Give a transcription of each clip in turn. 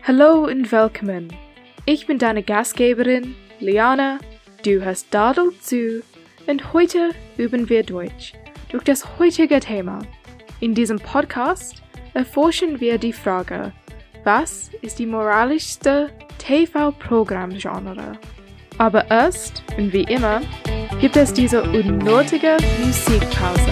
Hallo und willkommen. Ich bin deine Gastgeberin, Liana, du hast Dadel zu und heute üben wir Deutsch durch das heutige Thema. In diesem Podcast erforschen wir die Frage, was ist die moralischste TV-Programmgenre? Aber erst, und wie immer, gibt es diese unnötige Musikpause.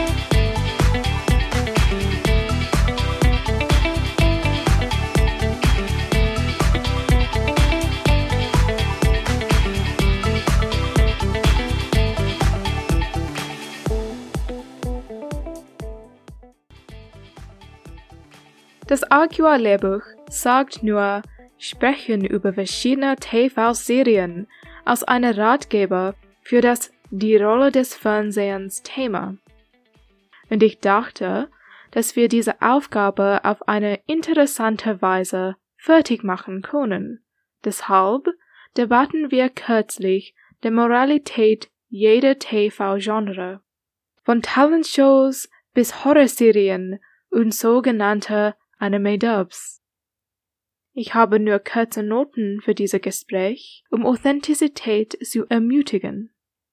Das Akua-Lehrbuch sagt nur, sprechen über verschiedene TV-Serien als eine Ratgeber für das Die Rolle des Fernsehens Thema. Und ich dachte, dass wir diese Aufgabe auf eine interessante Weise fertig machen können. Deshalb debatten wir kürzlich der Moralität jeder TV-Genre. Von Talentshows bis Horrorserien und sogenannte Anime-Dubs. Ich habe nur kurze Noten für dieses Gespräch, um Authentizität zu ermutigen.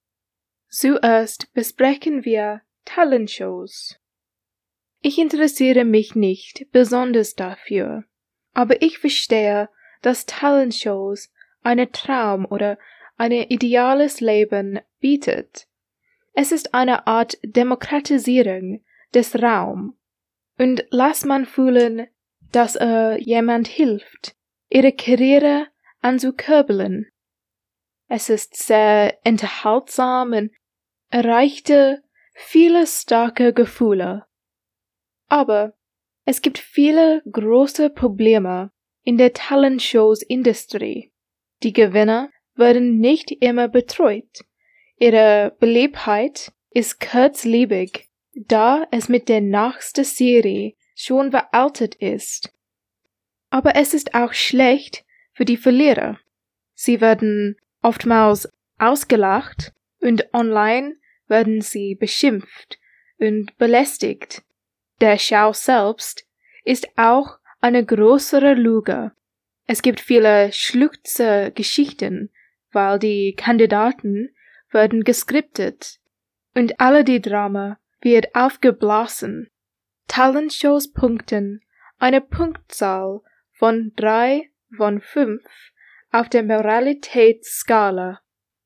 Zuerst besprechen wir Talentshows. Ich interessiere mich nicht besonders dafür, aber ich verstehe, dass Talentshows einen Traum oder ein ideales Leben bietet. Es ist eine Art Demokratisierung des Raums. Und lass man fühlen, dass jemand hilft, ihre Karriere anzukurbeln. Es ist sehr unterhaltsam und erreichte viele starke Gefühle. Aber es gibt viele große Probleme in der Talentshows-Industrie. Die Gewinner werden nicht immer betreut. Ihre Beliebtheit ist kurzlebig, da es mit der nächsten Serie schon veraltet ist. Aber es ist auch schlecht für die Verlierer. Sie werden oftmals ausgelacht und online werden sie beschimpft und belästigt. Der Show selbst ist auch eine größere Lüge. Es gibt viele Schluchzer-Geschichten, weil die Kandidaten werden geskriptet und alle die Drama wird aufgeblasen. Talentshows punkten eine Punktzahl von 3 von 5 auf der Moralitätsskala.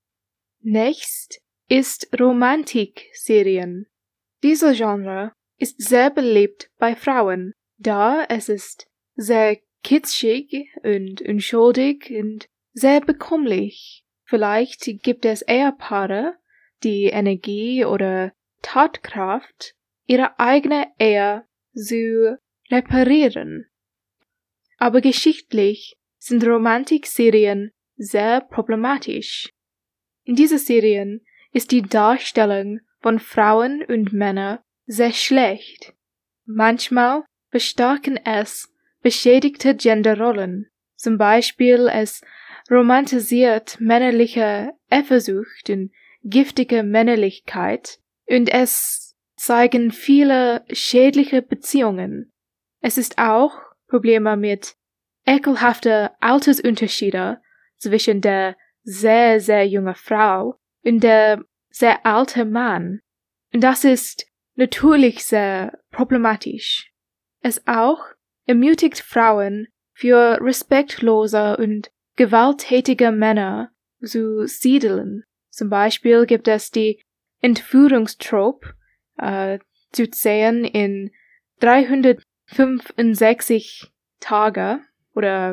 Nächst ist Romantikserien. Dieser Genre ist sehr beliebt bei Frauen, da es ist sehr kitschig und unschuldig und sehr bekömmlich. Vielleicht gibt es Ehepaare, die Energie oder Tatkraft, ihre eigene Ehe zu reparieren. Aber geschichtlich sind Romantikserien sehr problematisch. In diesen Serien ist die Darstellung von Frauen und Männern sehr schlecht. Manchmal verstärken es beschädigte Genderrollen. Zum Beispiel es romantisiert männliche Eifersucht und giftige Männlichkeit. Und es zeigen viele schädliche Beziehungen. Es ist auch Probleme mit ekelhaften Altersunterschieden zwischen der sehr, sehr jungen Frau und der sehr alten Mann. Und das ist natürlich sehr problematisch. Es auch ermutigt Frauen, für respektlose und gewalttätige Männer zu siedeln. Zum Beispiel gibt es die Entführungstrop zu sehen in 365 Tage oder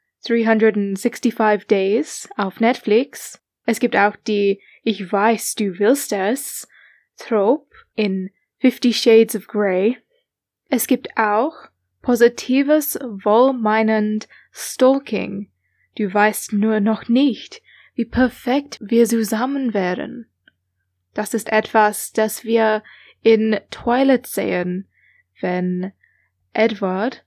365 Days auf Netflix. Es gibt auch die Ich weiß, du willst es Trop in 50 Shades of Grey. Es gibt auch positives, wohlmeinend Stalking. Du weißt nur noch nicht, wie perfekt wir zusammen wären. Das ist etwas, das wir in Twilight sehen, wenn Edward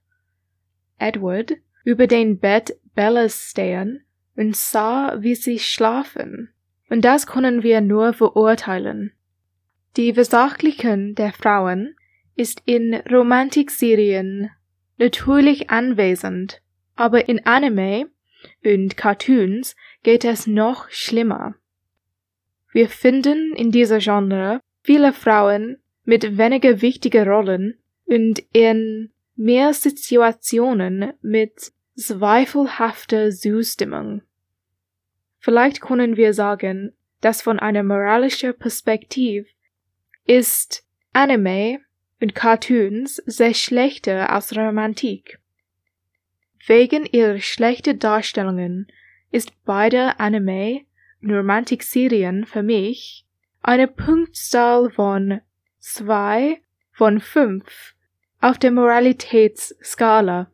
über den Bett Bellas stehen und sah, wie sie schlafen. Und das können wir nur verurteilen. Die Versachlichung der Frauen ist in Romantikserien natürlich anwesend, Aber in Anime und Cartoons geht es noch schlimmer. Wir finden in dieser Genre viele Frauen mit weniger wichtigen Rollen und in mehr Situationen mit zweifelhafter Zustimmung. Vielleicht können wir sagen, dass von einer moralischen Perspektive ist Anime und Cartoons sehr schlechter als Romantik. Wegen ihrer schlechten Darstellungen ist beide Anime und Romantik-Serien für mich eine Punktzahl von 2 von 5 auf der Moralitätsskala.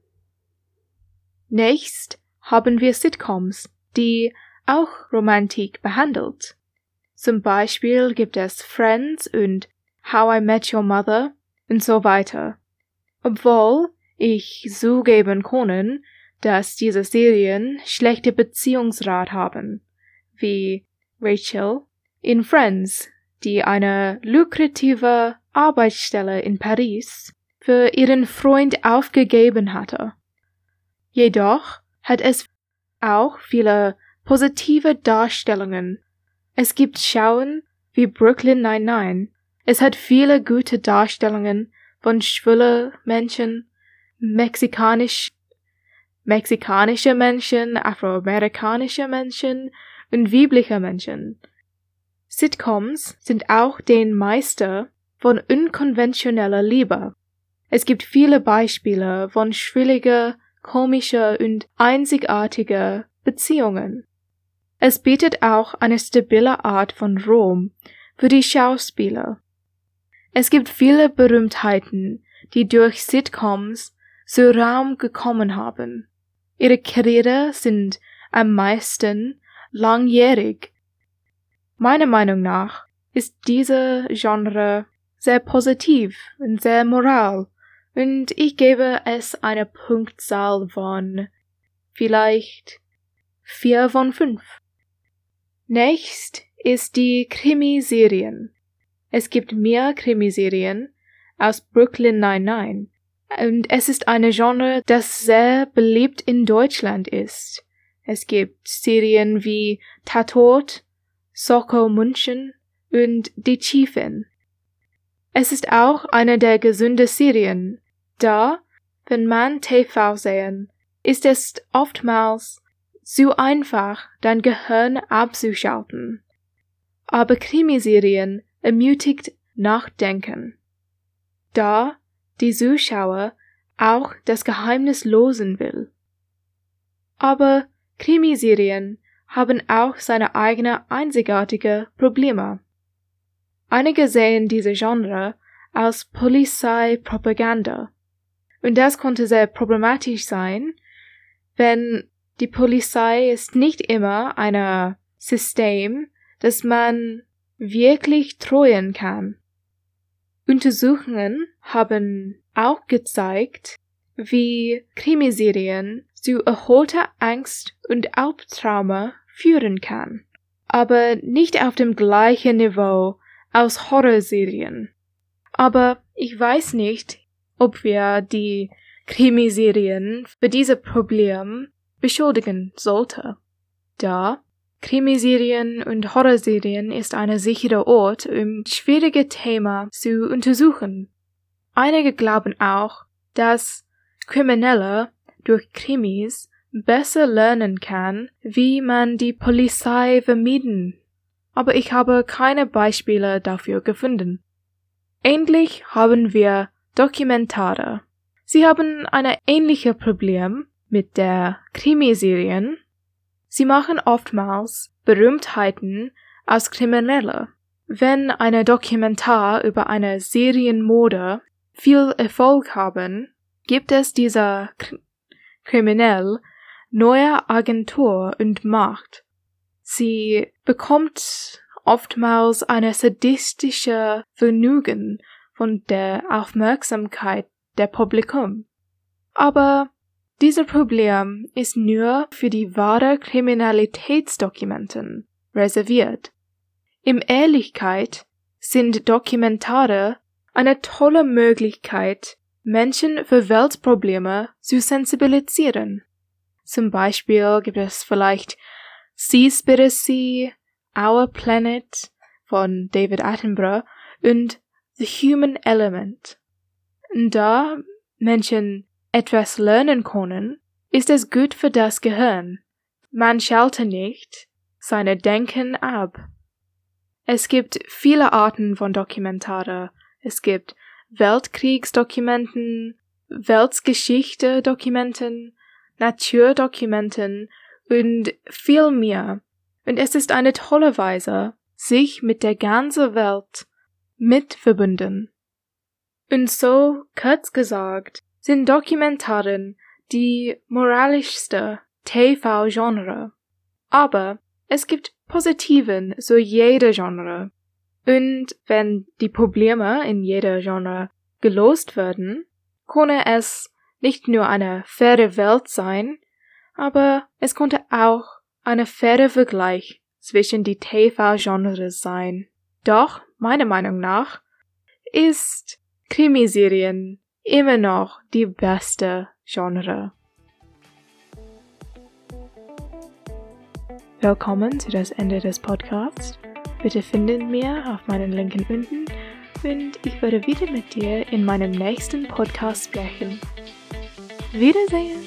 Nächst haben wir Sitcoms, die auch Romantik behandelt. Zum Beispiel gibt es Friends und How I Met Your Mother und so weiter. Obwohl ich zugeben kann, dass diese Serien schlechte Beziehungsrat haben, wie Rachel in Friends, die eine lukrative Arbeitsstelle in Paris für ihren Freund aufgegeben hatte. Jedoch hat es auch viele positive Darstellungen. Es gibt Schauen wie Brooklyn Nine-Nine. Es hat viele gute Darstellungen von schwulen Menschen, mexikanische Menschen, afroamerikanische Menschen und weibliche Menschen. Sitcoms sind auch den Meister von unkonventioneller Liebe. Es gibt viele Beispiele von schwieriger, komischer und einzigartiger Beziehungen. Es bietet auch eine stabile Art von Raum für die Schauspieler. Es gibt viele Berühmtheiten, die durch Sitcoms zu Raum gekommen haben. Ihre Karriere sind am meisten langjährig. Meiner Meinung nach ist diese Genre sehr positiv und sehr moral, und ich gebe es eine Punktzahl von vielleicht 4 von 5. Nächst ist die Krimiserien. Es gibt mehr Krimiserien als Brooklyn Nine-Nine, und es ist eine Genre, das sehr beliebt in Deutschland ist. Es gibt Serien wie Tatort, Soko München und Die Chiefin. Es ist auch eine der gesunden Serien, da, wenn man TV sehen, ist es oftmals zu einfach, dein Gehirn abzuschalten. Aber Krimiserien ermutigt Nachdenken, da die Zuschauer auch das Geheimnis lösen will. Aber Krimiserien haben auch seine eigenen einzigartigen Probleme. Einige sehen diese Genre als Polizeipropaganda, und das konnte sehr problematisch sein, wenn die Polizei ist nicht immer ein System, das man wirklich treuen kann. Untersuchungen haben auch gezeigt, wie Krimiserien zu erholter Angst und Albträume führen kann, aber nicht auf dem gleichen Niveau als Horrorserien. Aber ich weiß nicht, ob wir die Krimiserien für dieses Problem beschuldigen sollten, da Krimiserien und Horrorserien ist ein sicherer Ort, um schwierige Themen zu untersuchen. Einige glauben auch, dass Kriminelle durch Krimis besser lernen kann, wie man die Polizei vermieden. Aber ich habe keine Beispiele dafür gefunden. Ähnlich haben wir Dokumentare. Sie haben ein ähnliches Problem mit der Krimiserien. Sie machen oftmals Berühmtheiten als Kriminelle. Wenn eine Dokumentar über eine Serienmorde viel Erfolg haben, gibt es dieser Kriminell neue Agentur und Macht. Sie bekommt oftmals eine sadistische Vergnügen von der Aufmerksamkeit der Publikum. Aber dieses Problem ist nur für die wahren Kriminalitätsdokumenten reserviert. In Ehrlichkeit sind Dokumentare eine tolle Möglichkeit, Menschen für Weltprobleme zu sensibilisieren. Zum Beispiel gibt es vielleicht Seaspiracy, Our Planet von David Attenborough und The Human Element. Da Menschen etwas lernen können, ist es gut für das Gehirn. Man schalte nicht seine Denken ab. Es gibt viele Arten von Dokumentare. Es gibt Weltkriegsdokumenten, Weltgeschichte-Dokumenten, Naturdokumenten und viel mehr. Und es ist eine tolle Weise, sich mit der ganzen Welt mitverbunden. Und so, kurz gesagt, sind Dokumentaren die moralischste TV-Genre. Aber es gibt Positiven zu jeder Genre. Und wenn die Probleme in jeder Genre gelöst werden, könne es nicht nur eine faire Welt sein, aber es könnte auch ein fairer Vergleich zwischen die TV-Genres sein. Doch, meiner Meinung nach, ist Krimiserien immer noch die beste Genre. Willkommen zu das Ende des Podcasts. Bitte findet mir auf meinen Linken unten und ich werde wieder mit dir in meinem nächsten Podcast sprechen. Wiedersehen!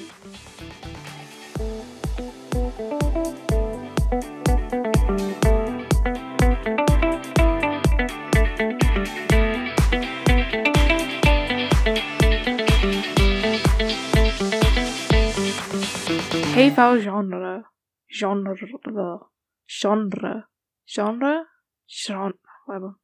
TV-Genre. Genre.